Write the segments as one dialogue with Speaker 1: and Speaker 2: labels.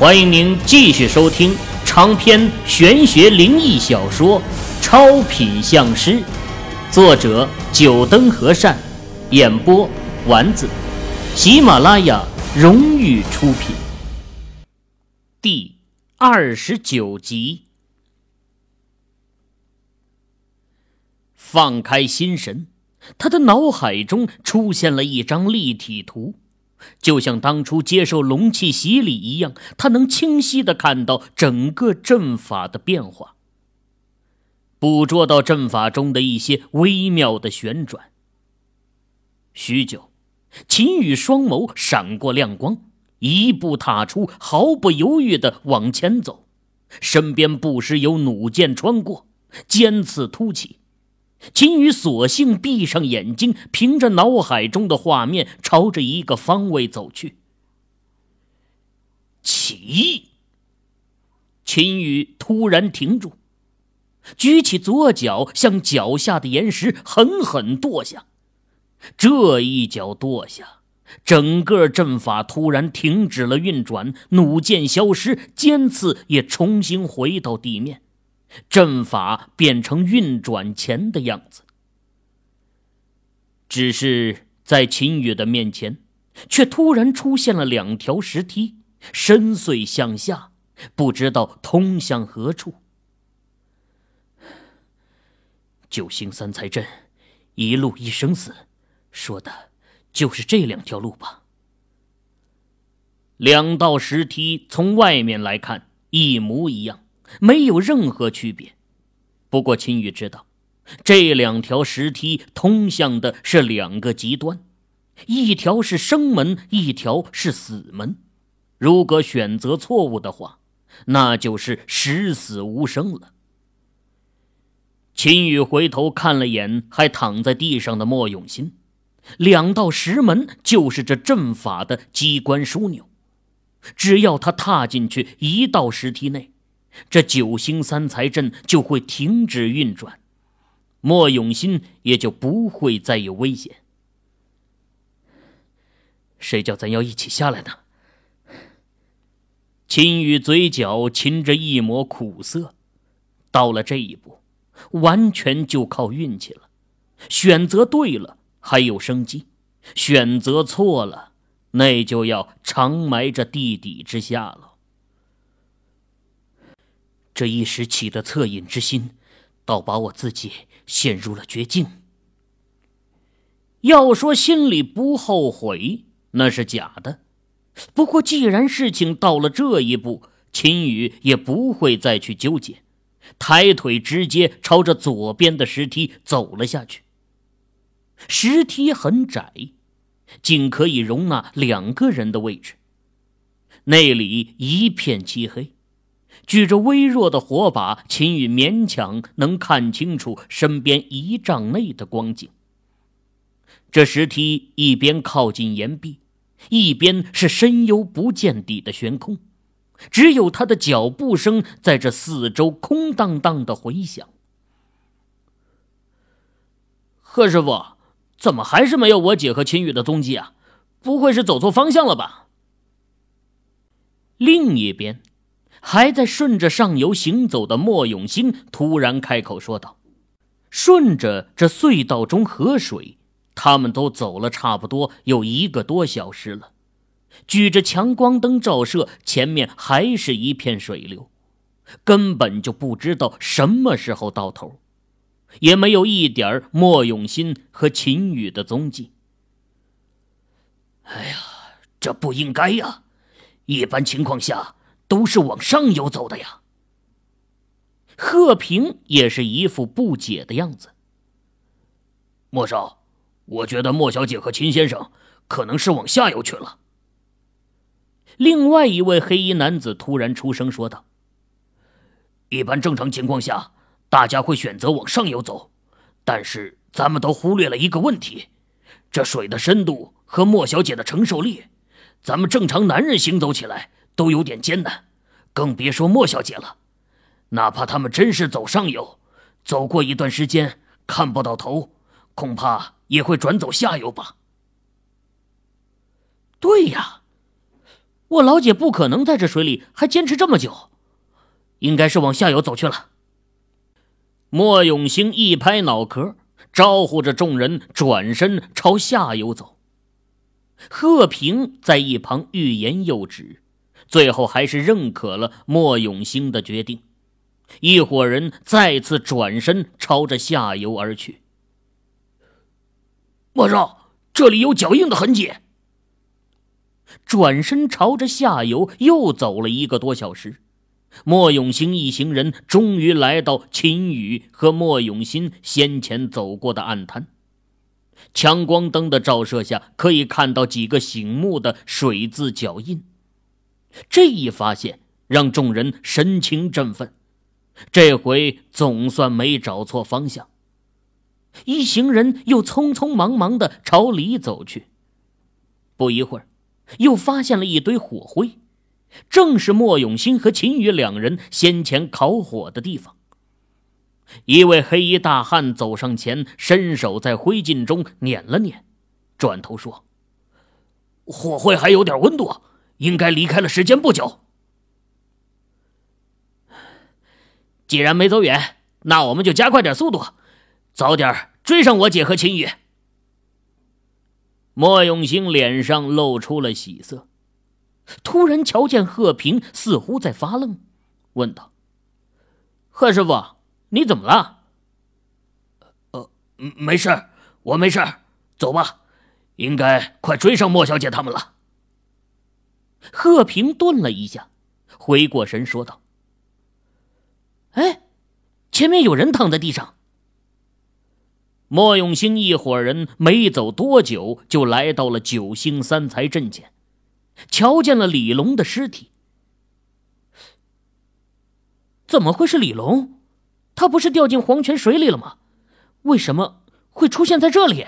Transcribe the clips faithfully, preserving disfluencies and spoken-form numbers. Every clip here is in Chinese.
Speaker 1: 欢迎您继续收听长篇玄学灵异小说《超品相师》，作者九灯和善，演播丸子，喜马拉雅荣誉出品。第二十九集。放开心神，他的脑海中出现了一张立体图，就像当初接受龙气洗礼一样，他能清晰地看到整个阵法的变化，捕捉到阵法中的一些微妙的旋转。许久，秦羽双眸闪过亮光，一步踏出，毫不犹豫地往前走，身边不时有弩箭穿过，尖刺突起。秦羽索性闭上眼睛，凭着脑海中的画面朝着一个方位走去。起！秦羽突然停住，举起左脚向脚下的岩石狠狠跺下。这一脚跺下，整个阵法突然停止了运转，弩箭消失，尖刺也重新回到地面，阵法变成运转前的样子。只是在秦羽的面前，却突然出现了两条石梯，深邃向下，不知道通向何处。九星三才阵，一路一生死，说的就是这两条路吧。两道石梯从外面来看一模一样，没有任何区别。不过秦羽知道，这两条石梯通向的是两个极端，一条是生门，一条是死门。如果选择错误的话，那就是十死无生了。秦羽回头看了眼还躺在地上的莫永新，两道石门就是这阵法的机关枢纽，只要他踏进去一道石梯内，这九星三才阵就会停止运转，莫永新也就不会再有危险。谁叫咱要一起下来呢？秦羽嘴角噙着一抹苦涩，到了这一步，完全就靠运气了。选择对了，还有生机；选择错了，那就要长埋着地底之下了。这一时起的恻隐之心，倒把我自己陷入了绝境。要说心里不后悔，那是假的。不过既然事情到了这一步，秦羽也不会再去纠结，抬腿直接朝着左边的石梯走了下去。石梯很窄，仅可以容纳两个人的位置。那里一片漆黑，举着微弱的火把，秦羽勉强能看清楚身边一丈内的光景。这石梯一边靠近岩壁，一边是深幽不见底的悬空，只有他的脚步声在这四周空荡荡的回响。贺师傅，怎么还是没有我姐和秦羽的踪迹啊？不会是走错方向了吧？另一边，还在顺着上游行走的莫永兴突然开口说道：顺着这隧道中河水，他们都走了差不多有一个多小时了，举着强光灯照射，前面还是一片水流，根本就不知道什么时候到头，也没有一点莫永新和秦羽的踪迹。哎呀，这不应该呀，一般情况下都是往上游走的呀。贺平也是一副不解的样子。莫少，我觉得莫小姐和秦先生可能是往下游去了。另外一位黑衣男子突然出声说道：一般正常情况下，大家会选择往上游走，但是咱们都忽略了一个问题，这水的深度和莫小姐的承受力，咱们正常男人行走起来都有点艰难，更别说莫小姐了。哪怕他们真是走上游，走过一段时间看不到头，恐怕也会转走下游吧。对呀， 我老姐不可能在这水里还坚持这么久，应该是往下游走去了。莫永兴一拍脑壳，招呼着众人转身朝下游走。贺平在一旁欲言又止，最后还是认可了莫永兴的决定。一伙人再次转身朝着下游而去。莫少，这里有脚印的痕迹。转身朝着下游又走了一个多小时，莫永兴一行人终于来到秦宇和莫永新先前走过的岸滩。强光灯的照射下，可以看到几个醒目的水渍脚印。这一发现让众人神情振奋，这回总算没找错方向。一行人又匆匆忙忙地朝里走去。不一会儿，又发现了一堆火灰，正是莫永新和秦宇两人先前烤火的地方。一位黑衣大汉走上前，伸手在灰烬中捻了捻，转头说：火灰还有点温度，应该离开了时间不久。既然没走远，那我们就加快点速度，早点追上我姐和秦宇。莫永兴脸上露出了喜色，突然瞧见贺平似乎在发愣，问道：贺师傅，你怎么了？呃，没事，我没事，走吧，应该快追上莫小姐他们了。贺平顿了一下，回过神说道：哎，前面有人躺在地上。莫永兴一伙人没走多久，就来到了九星三才阵前，瞧见了李龙的尸体。怎么会是李龙？他不是掉进黄泉水里了吗？为什么会出现在这里？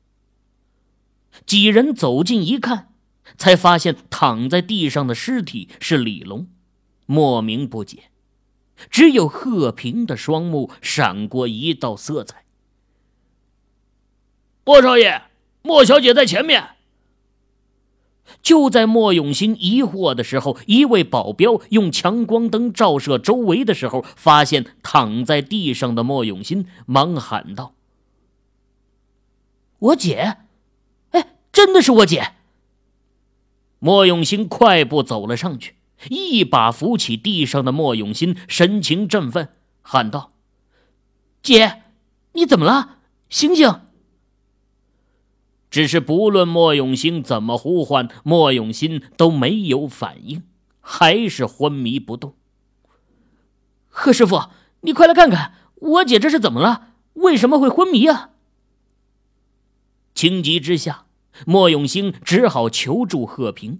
Speaker 1: 几人走近一看，才发现躺在地上的尸体是李龙，莫名不解。只有贺平的双目闪过一道色彩。莫少爷，莫小姐在前面。就在莫永新疑惑的时候，一位保镖用强光灯照射周围的时候，发现躺在地上的莫永新，忙喊道：我姐？哎，真的是我姐！莫永新快步走了上去，一把扶起地上的莫永新，神情振奋，喊道：姐，你怎么了？醒醒！只是不论莫永兴怎么呼唤，莫永新都没有反应，还是昏迷不动。贺师傅，你快来看看，我姐这是怎么了？为什么会昏迷啊？情急之下，莫永兴只好求助贺平。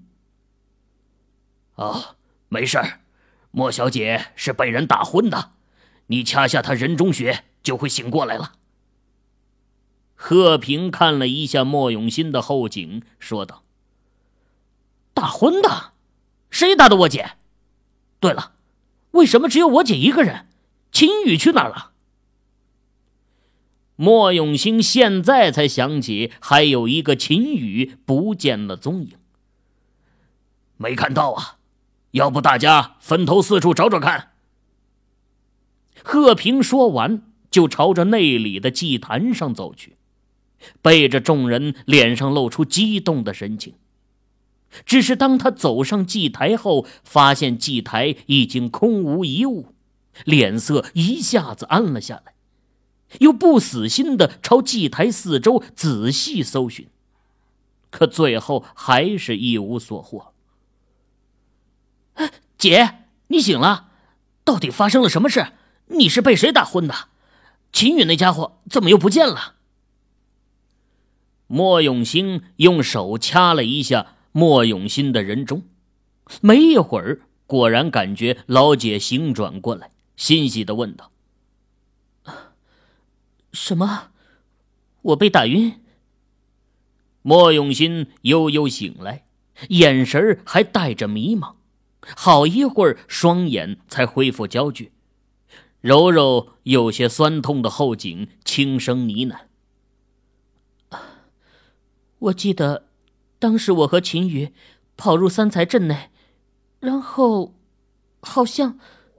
Speaker 1: 哦，没事儿，莫小姐是被人打昏的，你掐下她人中穴就会醒过来了。贺平看了一下莫永新的后颈，说道：打昏的？谁打的我姐？对了，为什么只有我姐一个人？秦宇去哪儿了？莫永兴现在才想起还有一个秦宇不见了踪影。没看到啊，要不大家分头四处找找看。贺平说完，就朝着内里的祭坛上走去，背着众人，脸上露出激动的神情。只是当他走上祭台后，发现祭台已经空无一物，脸色一下子暗了下来，又不死心地朝祭台四周仔细搜寻，可最后还是一无所获。姐，你醒了？到底发生了什么事？你是被谁打昏的？秦宇那家伙怎么又不见了？莫永兴用手掐了一下莫永新的人中，没一会儿，果然感觉老姐醒转过来，欣喜地问道：什么？我被打晕？莫永新悠悠醒来，眼神还带着迷茫，好一会儿双眼才恢复焦距，揉揉有些酸痛的后颈，轻声呢喃：我记得当时我和秦宇跑入三才阵内， 然后好像……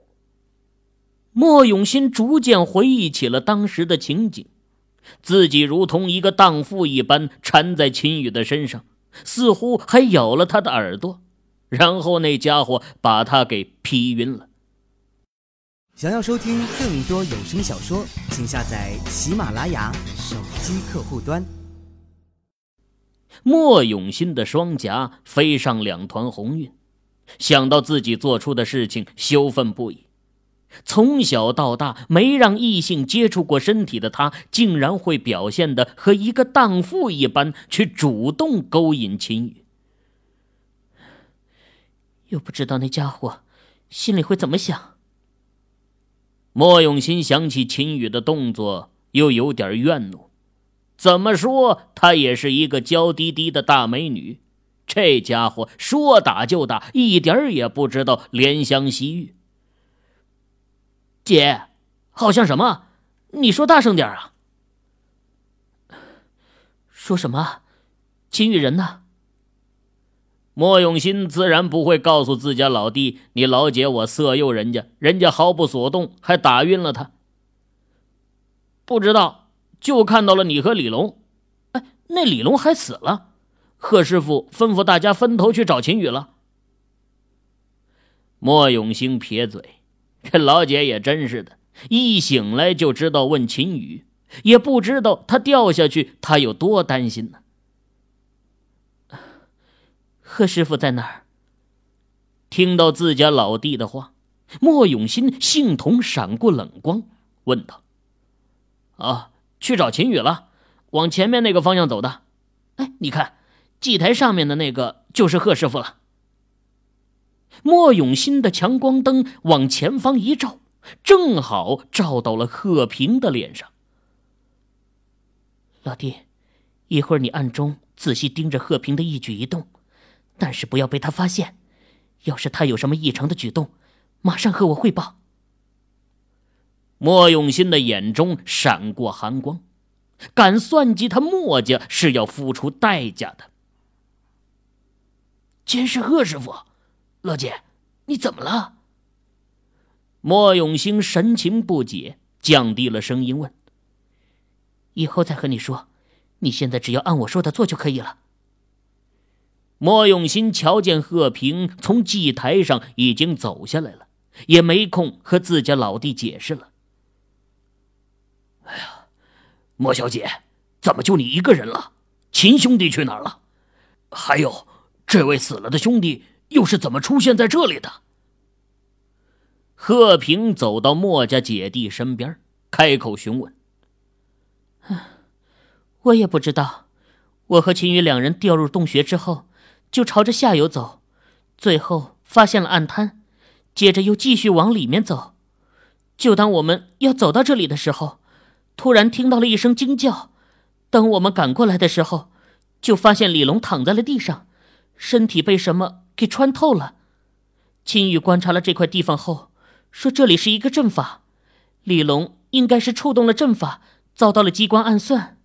Speaker 1: 莫永新逐渐回忆起了当时的情景，自己如同一个荡妇一般缠在秦羽的身上，似乎还咬了他的耳朵，然后那家伙把他给劈晕了。
Speaker 2: 想要收听更多有声小说，请下载喜马拉雅手机客户端。
Speaker 1: 莫永新的双颊飞上两团红晕，想到自己做出的事情，羞愤不已。从小到大没让异性接触过身体的他，竟然会表现得和一个荡妇一般，去主动勾引秦羽。又不知道那家伙心里会怎么想。莫永新想起秦羽的动作，又有点怨怒。怎么说，她也是一个娇滴滴的大美女，这家伙说打就打，一点也不知道怜香惜玉。姐，好像什么？你说大声点啊！说什么？秦羽人呢？莫永新自然不会告诉自家老弟，你老姐我色诱人家，人家毫不所动，还打晕了他。不知道，就看到了你和李龙。哎，那李龙还死了。贺师傅吩咐大家分头去找秦羽了。莫永兴撇嘴，这老姐也真是的，一醒来就知道问秦羽，也不知道他掉下去他有多担心呢。贺师傅在哪儿？听到自家老弟的话，莫永新性瞳闪过冷光，问道：啊，去找秦羽了，往前面那个方向走的。哎，你看祭台上面的那个就是贺师傅了。莫永新的强光灯往前方一照，正好照到了贺平的脸上。老弟，一会儿你暗中仔细盯着贺平的一举一动，但是不要被他发现，要是他有什么异常的举动，马上和我汇报。莫永新的眼中闪过寒光，敢算计他莫家是要付出代价的。监视贺师傅，乐姐，你怎么了？莫永兴神情不解，降低了声音问：以后再和你说，你现在只要按我说的做就可以了。莫永新瞧见贺平从祭台上已经走下来了，也没空和自家老弟解释了。哎呀，莫小姐，怎么就你一个人了？秦兄弟去哪儿了？还有，这位死了的兄弟又是怎么出现在这里的？贺平走到莫家姐弟身边，开口询问。我也不知道，我和秦羽两人掉入洞穴之后，就朝着下游走，最后发现了暗滩，接着又继续往里面走。就当我们要走到这里的时候，突然听到了一声惊叫，等我们赶过来的时候，就发现李龙躺在了地上，身体被什么给穿透了。秦羽观察了这块地方后，说这里是一个阵法，李龙应该是触动了阵法，遭到了机关暗算。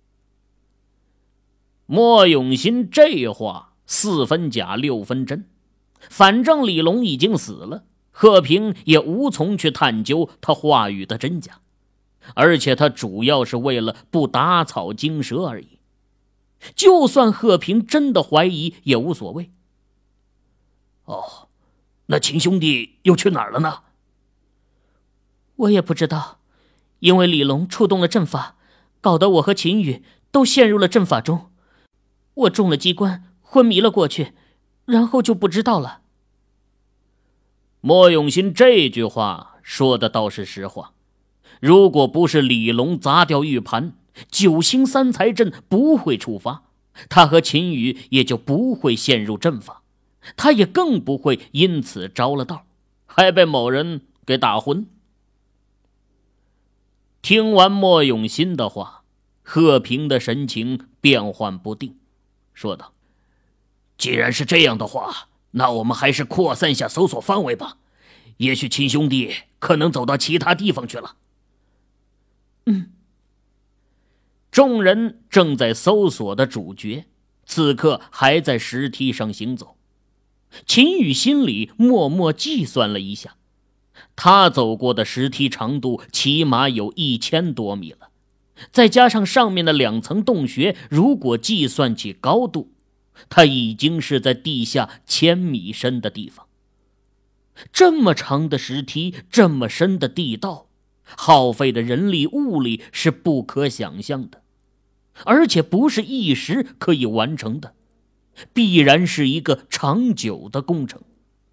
Speaker 1: 莫永新这话四分假六分真，反正李龙已经死了，贺平也无从去探究他话语的真假，而且他主要是为了不打草惊蛇而已。就算贺平真的怀疑也无所谓。哦，那秦兄弟又去哪儿了呢？我也不知道，因为李龙触动了阵法，搞得我和秦羽都陷入了阵法中，我中了机关，昏迷了过去，然后就不知道了。莫永新这句话说的倒是实话，如果不是李龙砸掉玉盘，九星三才阵不会触发，他和秦羽也就不会陷入阵法，他也更不会因此着了道，还被某人给打昏。听完莫永新的话，贺平的神情变幻不定，说道：既然是这样的话，那我们还是扩散下搜索范围吧，也许秦兄弟可能走到其他地方去了。嗯。众人正在搜索的主角，此刻还在石梯上行走。 秦羽心里默默计算了一下，他走过的石梯长度起码有一千多米了，再加上上面的两层洞穴，如果计算起高度，他已经是在地下千米深的地方。这么长的石梯，这么深的地道，耗费的人力物力是不可想象的，而且不是一时可以完成的，必然是一个长久的工程。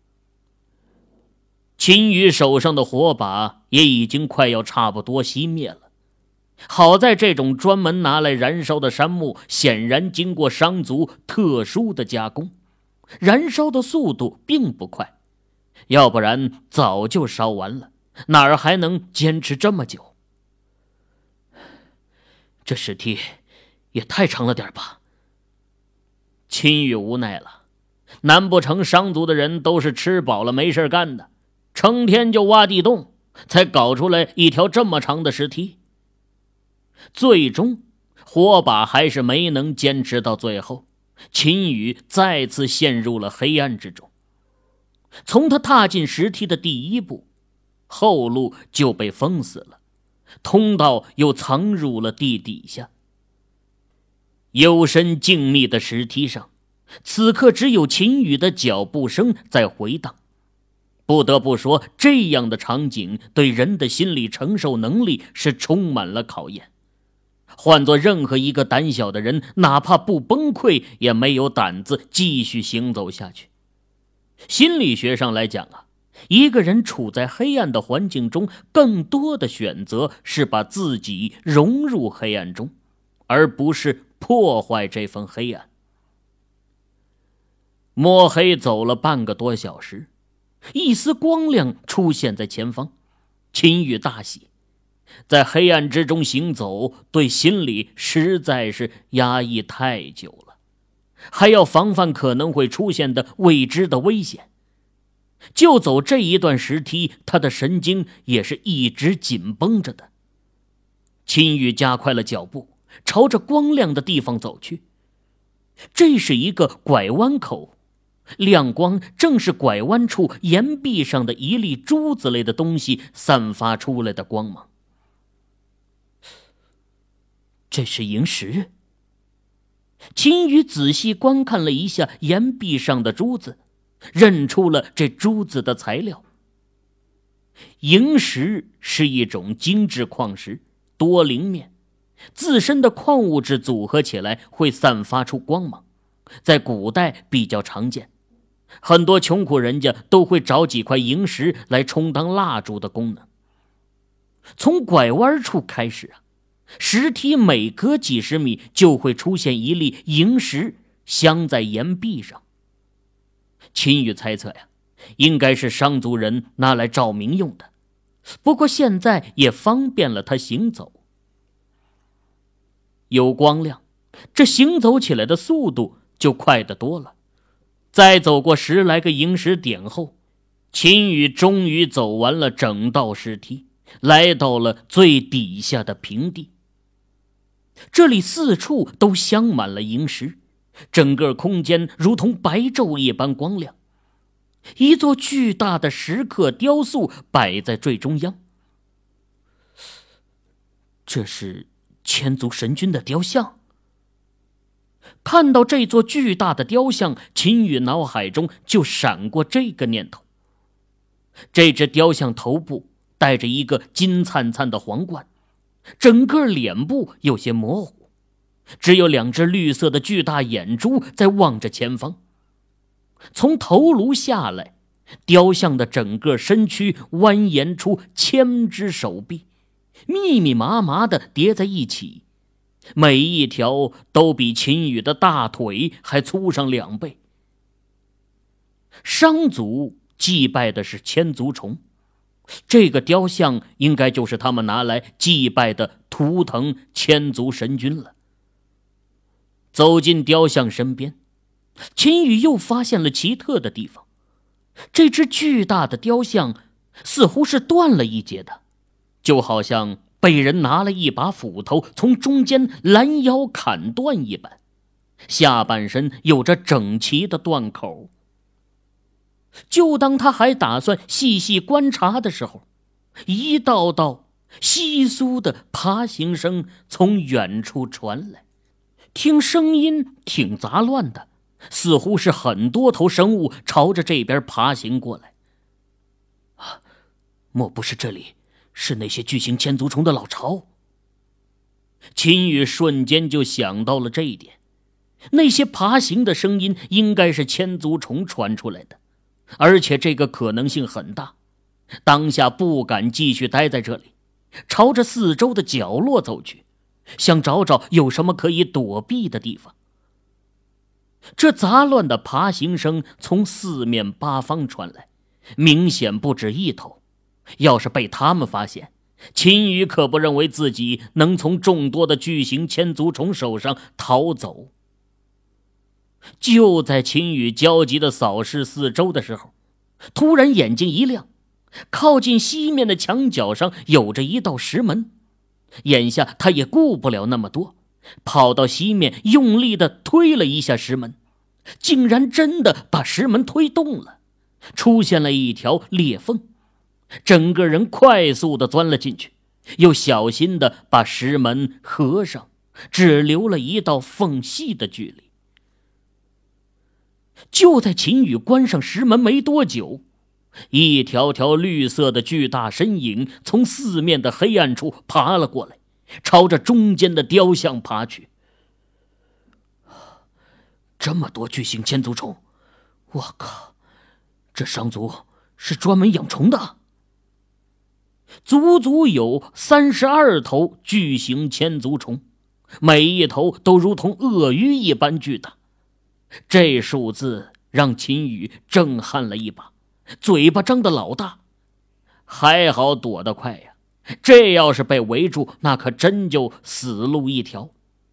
Speaker 1: 秦羽手上的火把也已经快要差不多熄灭了，好在这种专门拿来燃烧的杉木显然经过商族特殊的加工，燃烧的速度并不快，要不然早就烧完了，哪儿还能坚持这么久？这石梯也太长了点吧。秦羽无奈了，难不成商族的人都是吃饱了没事干的，成天就挖地洞，才搞出来一条这么长的石梯？最终火把还是没能坚持到最后，秦羽再次陷入了黑暗之中。从他踏进石梯的第一步，后路就被封死了，通道又藏入了地底下。幽深静谧的石梯上，此刻只有秦羽的脚步声在回荡。不得不说，这样的场景对人的心理承受能力是充满了考验。换做任何一个胆小的人，哪怕不崩溃，也没有胆子继续行走下去。心理学上来讲啊，一个人处在黑暗的环境中，更多的选择是把自己融入黑暗中，而不是破坏这份黑暗。摸黑走了半个多小时，一丝光亮出现在前方，秦羽大喜。在黑暗之中行走，对心里实在是压抑太久了，还要防范可能会出现的未知的危险。就走这一段石梯，他的神经也是一直紧绷着的。秦羽加快了脚步，朝着光亮的地方走去。这是一个拐弯口，亮光正是拐弯处岩壁上的一粒珠子类的东西散发出来的光芒。这是萤石。秦羽仔细观看了一下岩壁上的珠子，认出了这珠子的材料。萤石是一种精致矿石，多灵面，自身的矿物质组合起来会散发出光芒，在古代比较常见，很多穷苦人家都会找几块萤石来充当蜡烛的功能。从拐弯处开始啊，石梯每隔几十米就会出现一粒萤石镶在岩壁上。秦羽猜测呀，应该是商族人拿来照明用的，不过现在也方便了他行走。有光亮，这行走起来的速度就快得多了。再走过十来个萤石点后，秦羽终于走完了整道石梯，来到了最底下的平地。这里四处都镶满了萤石，整个空间如同白昼一般光亮。一座巨大的石刻雕塑摆在最中央，这是千族神君的雕像。看到这座巨大的雕像，秦羽脑海中就闪过这个念头。这只雕像头部戴着一个金灿灿的皇冠，整个脸部有些模糊，只有两只绿色的巨大眼珠在望着前方。从头颅下来，雕像的整个身躯蜿蜒出千只手臂，密密麻麻地叠在一起，每一条都比秦羽的大腿还粗上两倍。商族祭拜的是千足虫，这个雕像应该就是他们拿来祭拜的图腾千足神君了。走进雕像身边，秦羽又发现了奇特的地方，这只巨大的雕像似乎是断了一截的，就好像被人拿了一把斧头从中间拦腰砍断一般，下半身有着整齐的断口。 就当他还打算细细观察的时候，一道道窸窣的爬行声从远处传来，听声音挺杂乱的，似乎是很多头生物朝着这边爬行过来。啊，莫不是这里是那些巨型千足虫的老巢？秦羽瞬间就想到了这一点，那些爬行的声音应该是千足虫传出来的，而且这个可能性很大。当下不敢继续待在这里，朝着四周的角落走去，想找找有什么可以躲避的地方。这杂乱的爬行声从四面八方传来，明显不止一头。要是被他们发现，秦羽可不认为自己能从众多的巨型千足虫手上逃走。就在秦羽焦急地扫视四周的时候，突然眼睛一亮，靠近西面的墙角上有着一道石门。眼下他也顾不了那么多，跑到西面用力地推了一下石门，竟然真的把石门推动了，出现了一条裂缝。整个人快速地钻了进去，又小心地把石门合上，只留了一道缝隙的距离。就在秦羽关上石门没多久，一条条绿色的巨大身影从四面的黑暗处爬了过来，朝着中间的雕像爬去。这么多巨型千足虫，我靠，这商族是专门养虫的。足足有三十二头巨型千足虫，每一头都如同鳄鱼一般巨大。这数字让秦羽震撼了一把，嘴巴张得老大。还好躲得快呀，这要是被围住，那可真就死路一条。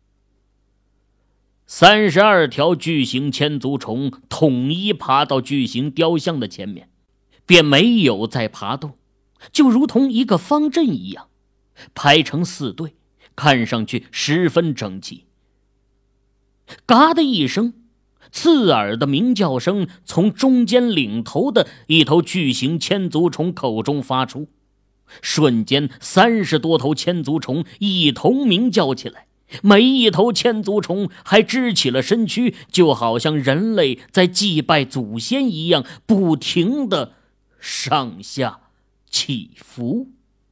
Speaker 1: 三十二条巨型千足虫统一爬到巨型雕像的前面，便没有再爬动，就如同一个方阵一样，排成四队，看上去十分整齐。嘎的一声，刺耳的鸣叫声从中间领头的一头巨型千足虫口中发出，瞬间三十多头千足虫一同鸣叫起来，每一头千足虫还支起了身躯，就好像人类在祭拜祖先一样，不停地上下起伏。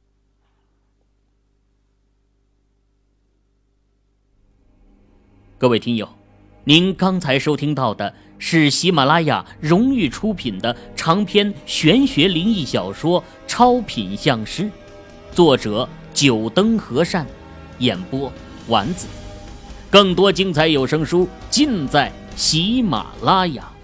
Speaker 1: 各位听友，您刚才收听到的是喜马拉雅荣誉出品的长篇玄学灵异小说《超品相师》，作者九灯和善，演播丸子。更多精彩有声书尽在喜马拉雅。